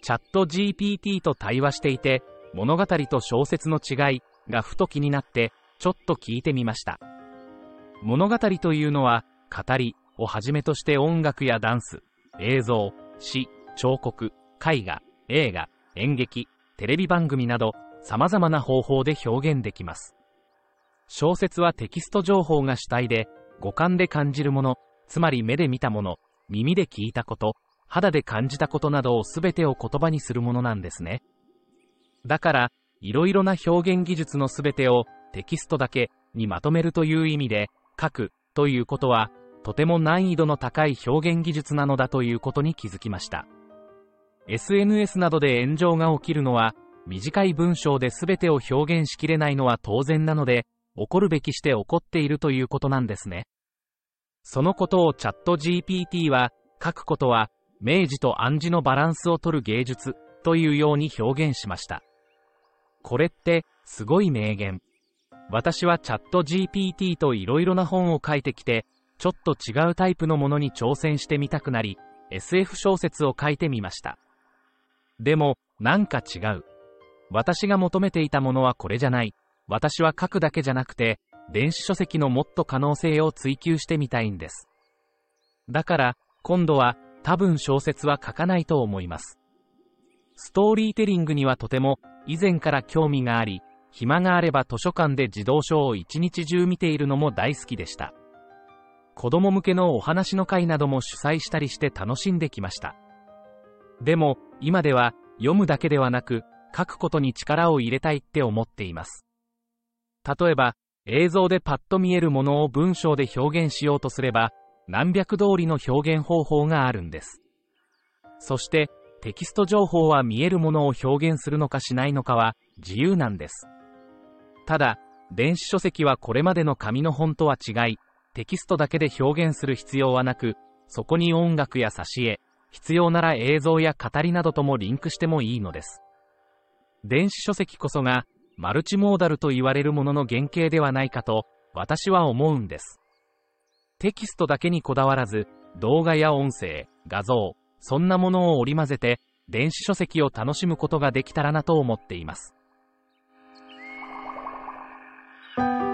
チャット GPT と対話していて、物語と小説の違いがふと気になって、ちょっと聞いてみました。物語というのは、語りをはじめとして音楽やダンス、映像、詩、彫刻、絵画、映画、演劇、テレビ番組など、様々な方法で表現できます。小説はテキスト情報が主体で、五感で感じるもの、つまり目で見たもの、耳で聞いたこと、肌で感じたことなどを全てを言葉にするものなんですね。だから、いろいろな表現技術の全てをテキストだけにまとめるという意味で、書くということは、とても難易度の高い表現技術なのだということに気づきました。SNS などで炎上が起きるのは、短い文章で全てを表現しきれないのは当然なので、起こるべきして起こっているということなんですね。そのことをチャット GPT は、書くことは、明示と暗示のバランスを取る芸術というように表現しました。これって、すごい名言。私はチャット GPT といろいろな本を書いてきて、ちょっと違うタイプのものに挑戦してみたくなり、SF 小説を書いてみました。でも、なんか違う。私が求めていたものはこれじゃない。私は書くだけじゃなくて、電子書籍のもっと可能性を追求してみたいんです。だから、今度は多分小説は書かないと思います。ストーリーテリングにはとても以前から興味があり、暇があれば図書館で児童書を一日中見ているのも大好きでした。子供向けのお話の会なども主催したりして楽しんできました。でも、今では読むだけではなく、書くことに力を入れたいって思っています。例えば、映像でパッと見えるものを文章で表現しようとすれば、何百通りの表現方法があるんです。そして、テキスト情報は見えるものを表現するのかしないのかは自由なんです。ただ、電子書籍はこれまでの紙の本とは違い、テキストだけで表現する必要はなく、そこに音楽や挿絵、必要なら映像や語りなどともリンクしてもいいのです。電子書籍こそが、マルチモーダルと言われるものの原型ではないかと、私は思うんです。テキストだけにこだわらず、動画や音声、画像、そんなものを織り交ぜて、電子書籍を楽しむことができたらなと思っています。